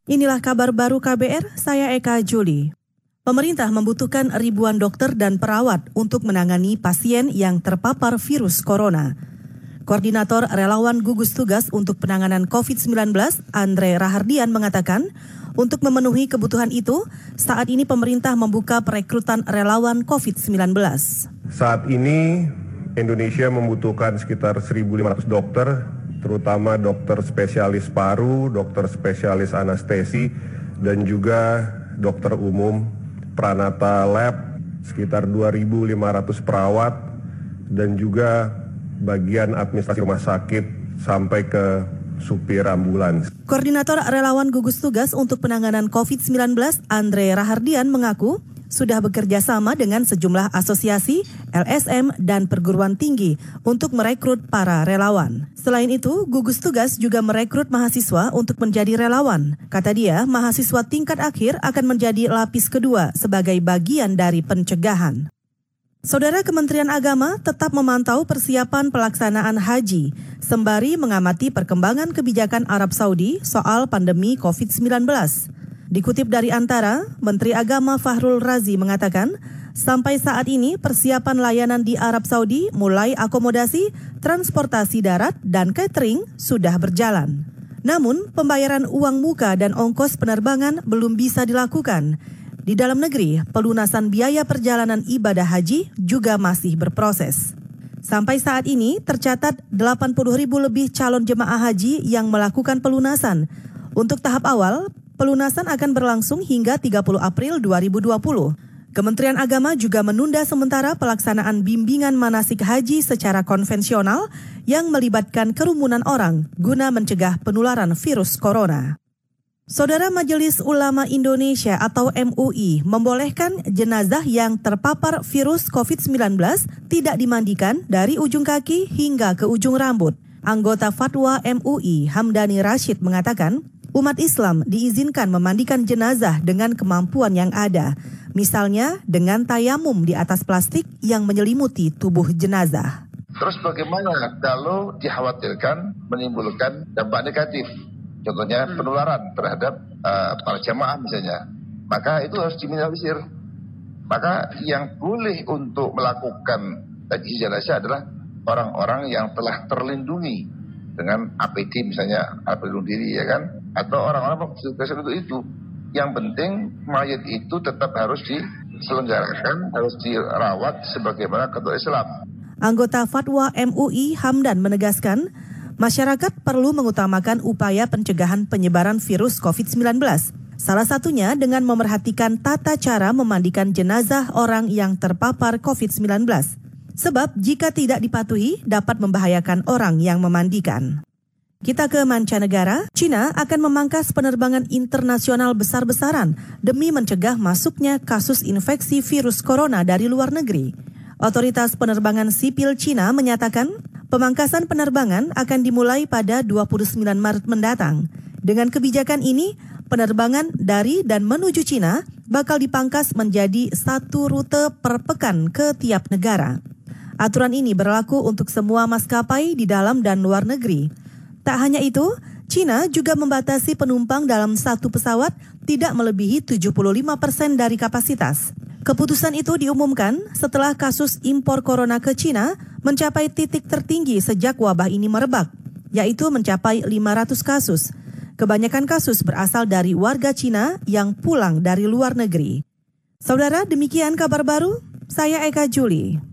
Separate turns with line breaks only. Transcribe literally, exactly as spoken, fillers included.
Inilah kabar baru K B R, saya Eka Juli. Pemerintah membutuhkan ribuan dokter dan perawat untuk menangani pasien yang terpapar virus corona. Koordinator Relawan Gugus Tugas untuk Penanganan covid sembilan belas, Andre Rahardian, mengatakan, untuk memenuhi kebutuhan itu, saat ini pemerintah membuka perekrutan relawan covid sembilan belas.
Saat ini Indonesia membutuhkan sekitar seribu lima ratus dokter, terutama dokter spesialis paru, dokter spesialis anestesi, dan juga dokter umum, pranata lab, sekitar dua ribu lima ratus perawat, dan juga bagian administrasi rumah sakit sampai ke supir ambulans.
Koordinator Relawan Gugus Tugas untuk Penanganan covid sembilan belas, Andre Rahardian, mengaku sudah bekerja sama dengan sejumlah asosiasi, L S M, dan perguruan tinggi untuk merekrut para relawan. Selain itu, Gugus Tugas juga merekrut mahasiswa untuk menjadi relawan. Kata dia, mahasiswa tingkat akhir akan menjadi lapis kedua sebagai bagian dari pencegahan. Saudara, Kementerian Agama tetap memantau persiapan pelaksanaan haji, sembari mengamati perkembangan kebijakan Arab Saudi soal pandemi covid sembilan belas. Dikutip dari Antara, Menteri Agama Fahrul Razi mengatakan, sampai saat ini persiapan layanan di Arab Saudi mulai akomodasi, transportasi darat, dan catering sudah berjalan. Namun, pembayaran uang muka dan ongkos penerbangan belum bisa dilakukan. Di dalam negeri, pelunasan biaya perjalanan ibadah haji juga masih berproses. Sampai saat ini, tercatat delapan puluh ribu lebih calon jemaah haji yang melakukan pelunasan. Untuk tahap awal, pelunasan akan berlangsung hingga tiga puluh April dua ribu dua puluh. Kementerian Agama juga menunda sementara pelaksanaan bimbingan manasik haji secara konvensional yang melibatkan kerumunan orang guna mencegah penularan virus corona. Saudara, Majelis Ulama Indonesia atau M U I membolehkan jenazah yang terpapar virus covid sembilan belas tidak dimandikan dari ujung kaki hingga ke ujung rambut. Anggota Fatwa M U I Hamdani Rashid mengatakan, umat Islam diizinkan memandikan jenazah dengan kemampuan yang ada, misalnya dengan tayamum di atas plastik yang menyelimuti tubuh jenazah.
Terus bagaimana kalau dikhawatirkan menimbulkan dampak negatif, contohnya penularan terhadap uh, para jamaah misalnya, maka itu harus diminimalisir. Maka yang boleh untuk melakukan haji jenazah adalah orang-orang yang telah terlindungi dengan A P D misalnya, alat pelindung diri, ya kan, atau orang-orang yang untuk itu. Yang penting mayat itu tetap harus diselenggarakan, harus dirawat sebagaimana ketua Islam.
Anggota Fatwa M U I Hamdan menegaskan, masyarakat perlu mengutamakan upaya pencegahan penyebaran virus covid sembilan belas. Salah satunya dengan memerhatikan tata cara memandikan jenazah orang yang terpapar covid sembilan belas. Sebab jika tidak dipatuhi dapat membahayakan orang yang memandikan. Kita ke mancanegara, China akan memangkas penerbangan internasional besar-besaran demi mencegah masuknya kasus infeksi virus corona dari luar negeri. Otoritas penerbangan sipil China menyatakan pemangkasan penerbangan akan dimulai pada dua puluh sembilan Maret mendatang. Dengan kebijakan ini, penerbangan dari dan menuju China bakal dipangkas menjadi satu rute per pekan ke tiap negara. Aturan ini berlaku untuk semua maskapai di dalam dan luar negeri. Tak hanya itu, China juga membatasi penumpang dalam satu pesawat tidak melebihi tujuh puluh lima persen dari kapasitas. Keputusan itu diumumkan setelah kasus impor corona ke China mencapai titik tertinggi sejak wabah ini merebak, yaitu mencapai lima ratus kasus. Kebanyakan kasus berasal dari warga China yang pulang dari luar negeri. Saudara, demikian kabar baru. Saya Eka Juli.